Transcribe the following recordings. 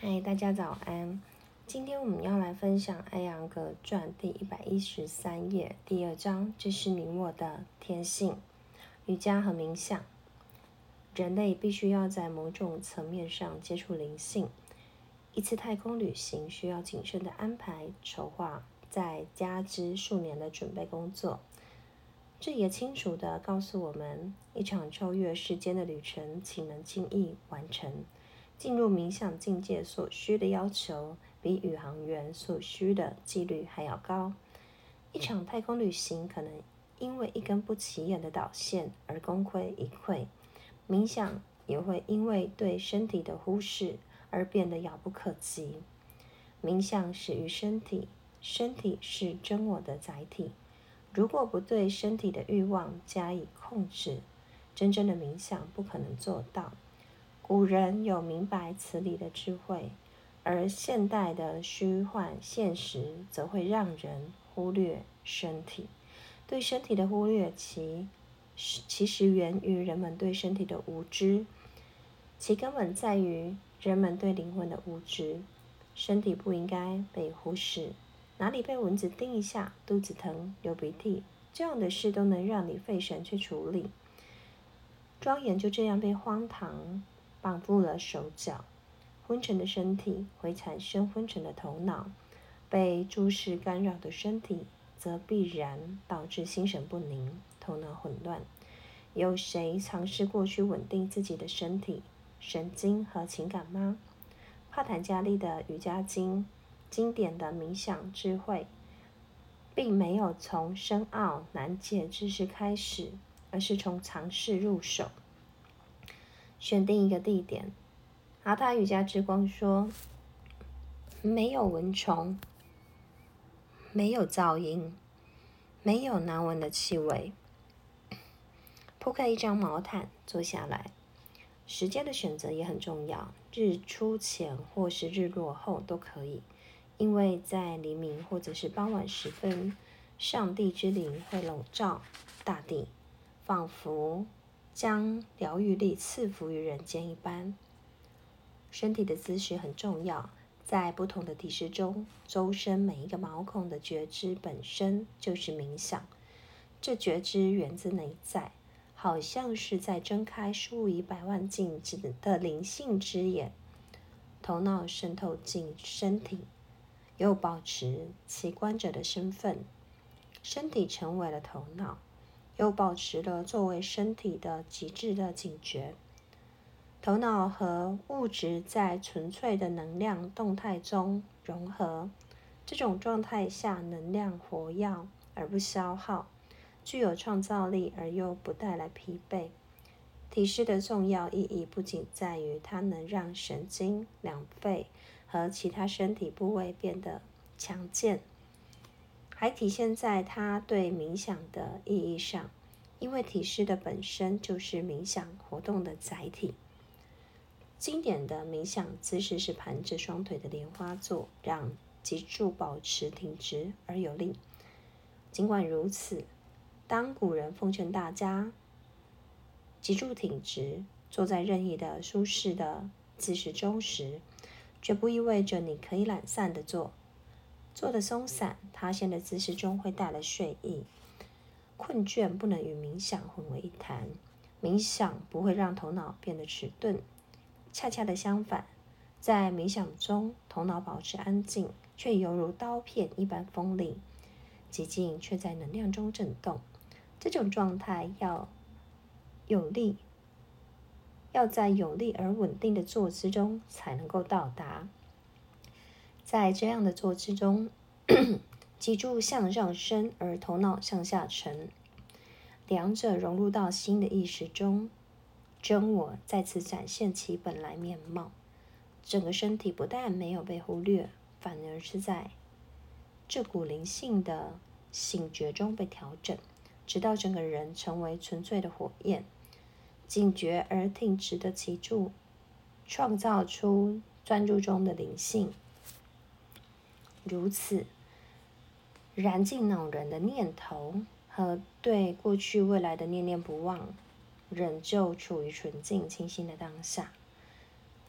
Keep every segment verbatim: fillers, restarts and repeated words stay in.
嗨，大家早安。今天我们要来分享《艾扬格传》第一百一十三页第二章，这是你我的天性。瑜伽和冥想，人类必须要在某种层面上接触灵性。一次太空旅行需要谨慎的安排、筹划，再加之数年的准备工作。这也清楚地告诉我们，一场超越时间的旅程岂能轻易完成？进入冥想境界所需的要求，比宇航员所需的纪律还要高。一场太空旅行可能因为一根不起眼的导线而功亏一篑，冥想也会因为对身体的忽视而变得遥不可及。冥想始于身体，身体是真我的载体。如果不对身体的欲望加以控制，真正的冥想不可能做到。古人有明白此理的智慧，而现代的虚幻现实则会让人忽略身体。对身体的忽略其其实源于人们对身体的无知，其根本在于人们对灵魂的无知。身体不应该被忽视，哪里被蚊子叮一下，肚子疼、流鼻涕，这样的事都能让你费神去处理。庄严就这样被荒唐绑住了手脚，昏沉的身体会产生昏沉的头脑，被诸事干扰的身体则必然导致心神不宁、头脑混乱。有谁尝试过去稳定自己的身体、神经和情感吗？帕坦加利的瑜伽经经典的冥想智慧，并没有从深奥难解知识开始，而是从尝试入手。选定一个地点。阿塔瑜伽之光说，没有蚊虫，没有噪音，没有难闻的气味。铺开一张毛毯，坐下来。时间的选择也很重要，日出前或是日落后都可以，因为在黎明或者是傍晚时分，上帝之灵会笼罩大地，仿佛将疗愈力赐福于人间一般。身体的姿势很重要，在不同的体式中，周身每一个毛孔的觉知本身就是冥想。这觉知源自内在，好像是在睁开数以百万镜子的灵性之眼。头脑渗透进身体，又保持其观者的身份。身体成为了头脑，又保持了作为身体的极致的警觉。头脑和物质在纯粹的能量动态中融合，这种状态下能量活跃而不消耗，具有创造力而又不带来疲惫。体式的重要意义不仅在于它能让神经、两肺和其他身体部位变得强健，还体现在它对冥想的意义上，因为体式的本身就是冥想活动的载体。经典的冥想姿势是盘着双腿的莲花座，让脊柱保持挺直而有力。尽管如此，当古人奉劝大家脊柱挺直，坐在任意的舒适的姿势中时，绝不意味着你可以懒散地坐。坐得松散、塌陷的姿势中会带来睡意。困倦不能与冥想混为一谈。冥想不会让头脑变得迟钝，恰恰的相反，在冥想中，头脑保持安静，却犹如刀片一般锋利，寂静却在能量中震动。这种状态要有力，要在有力而稳定的坐姿中才能够到达。在这样的坐姿中，脊柱向上升，而头脑向下沉，两者融入到新的意识中，真我再次展现其本来面貌。整个身体不但没有被忽略，反而是在这股灵性的醒觉中被调整，直到整个人成为纯粹的火焰。警觉而挺直的脊柱，创造出专注中的灵性。如此，燃尽恼人的念头和对过去未来的念念不忘，仍旧处于纯净清新的当下。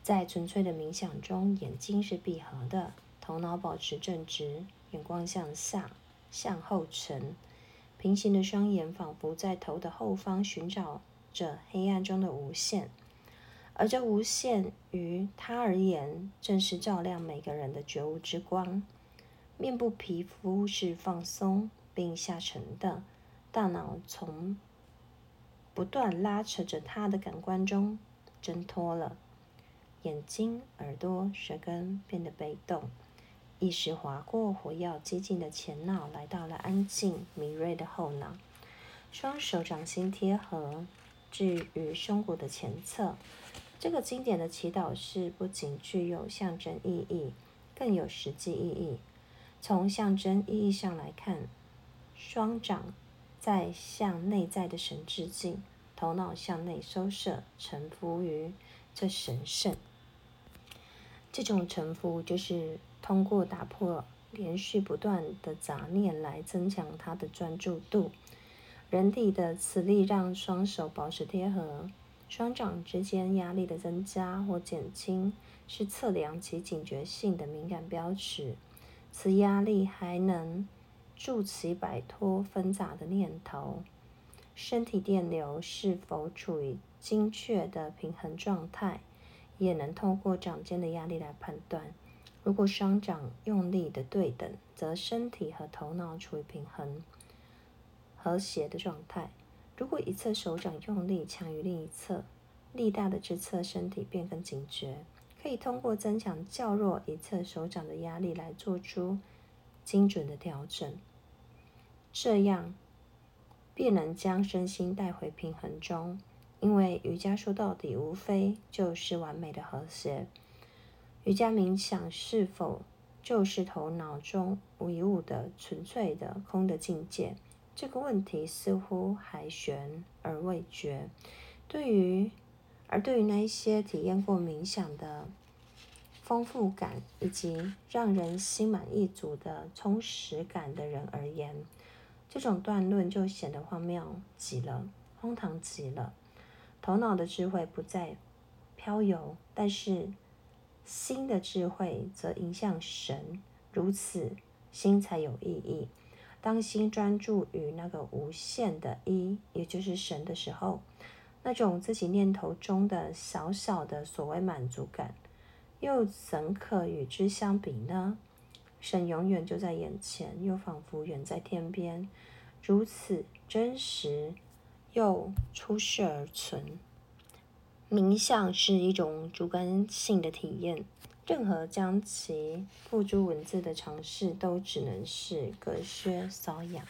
在纯粹的冥想中，眼睛是闭合的，头脑保持正直，眼光向下，向后沉，平行的双眼仿佛在头的后方寻找着黑暗中的无限，而这无限于他而言，正是照亮每个人的觉悟之光。面部皮肤是放松并下沉的，大脑从不断拉扯着他的感官中挣脱了。眼睛、耳朵、舌根变得被动，意识划过活跃激进的前脑，来到了安静敏锐的后脑。双手掌心贴合，置于胸骨的前侧。这个经典的祈祷式不仅具有象征意义，更有实际意义。从象征意义上来看，双掌在向内在的神致敬，头脑向内收摄，臣服于这神圣。这种臣服就是通过打破连续不断的杂念来增强他的专注度。人体的磁力让双手保持贴合，双掌之间压力的增加或减轻是测量其警觉性的敏感标尺。此压力还能助其摆脱纷杂的念头。身体电流是否处于精确的平衡状态，也能透过掌间的压力来判断。如果双掌用力的对等，则身体和头脑处于平衡和谐的状态。如果一侧手掌用力强于另一侧，力大的这侧身体便更警觉，可以通过增强较弱一侧手掌的压力来做出精准的调整，这样便能将身心带回平衡中。因为瑜伽说到底无非就是完美的和谐。瑜伽冥想是否就是头脑中无一物的纯粹的空的境界？这个问题似乎还悬而未决。对于而对于那一些体验过冥想的丰富感以及让人心满意足的充实感的人而言，这种断论就显得荒谬极了，荒唐极了。头脑的智慧不再飘游，但是心的智慧则迎向神，如此心才有意义。当心专注于那个无限的一，也就是神的时候，那种自己念头中的小小的所谓满足感，又怎可与之相比呢？神永远就在眼前，又仿佛远在天边，如此真实又出世而存。冥想是一种主观性的体验，任何将其付诸文字的尝试都只能是隔靴搔痒。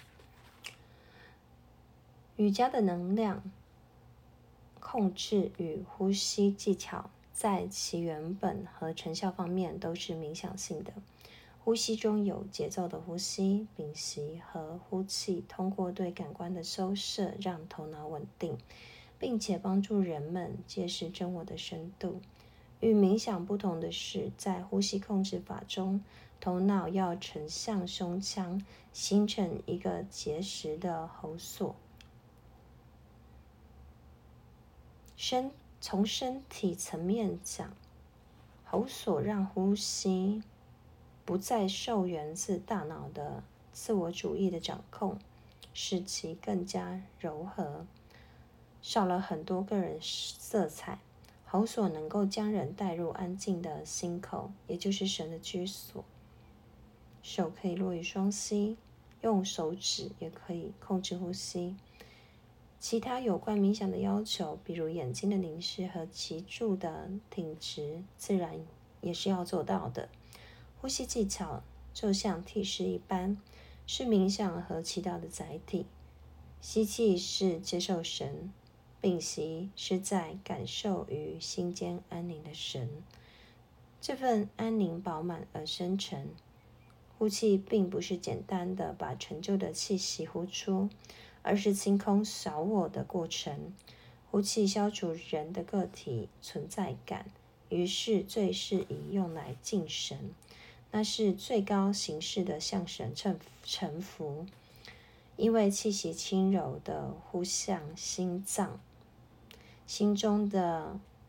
瑜伽的能量控制与呼吸技巧在其原本和成效方面都是冥想性的。呼吸中有节奏的呼吸、屏息和呼气，通过对感官的收摄让头脑稳定，并且帮助人们揭示真我的深度。与冥想不同的是，在呼吸控制法中，头脑要呈向胸腔，形成一个结实的喉锁。身从身体层面讲，喉锁让呼吸不再受源自大脑的自我主义的掌控，使其更加柔和，少了很多个人色彩。喉锁能够将人带入安静的心口，也就是神的居所。手可以落于双膝，用手指也可以控制呼吸。其他有关冥想的要求，比如眼睛的凝视和脊柱的挺直，自然也是要做到的。呼吸技巧就像体式一般，是冥想和祈祷的载体。吸气是接受神，屏息是在感受于心间安宁的神。这份安宁饱满而深沉。呼气并不是简单的把陈旧的气息呼出，而是清空小我的过程。呼气消除人的个体存在感，于是最适宜用来敬神。那是最高形式的向神臣服，因为气息轻柔的呼向心脏，心中的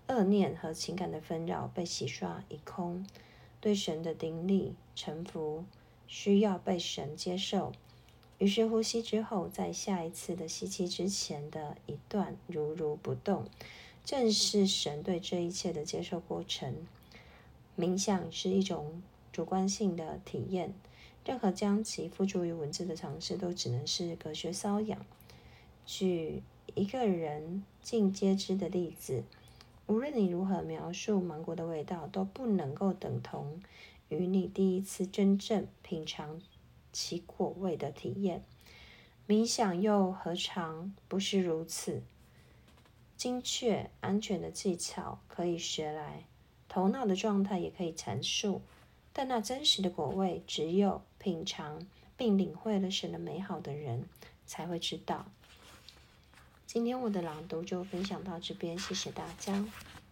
恶念和情感的纷扰被洗刷一空，对神的顶礼臣服，需要被神接受。于是呼吸之后，在下一次的吸气之前的一段如如不动，正是神对这一切的接受过程。冥想是一种主观性的体验，任何将其付诸于文字的尝试都只能是隔靴搔痒。举一个人尽皆知的例子，无论你如何描述芒果的味道，都不能够等同于你第一次真正品尝其果味的体验。冥想又何尝不是如此？精确、安全的技巧可以学来，头脑的状态也可以阐述，但那真实的果味，只有品尝并领会了神的美好的人才会知道。今天我的朗读就分享到这边，谢谢大家。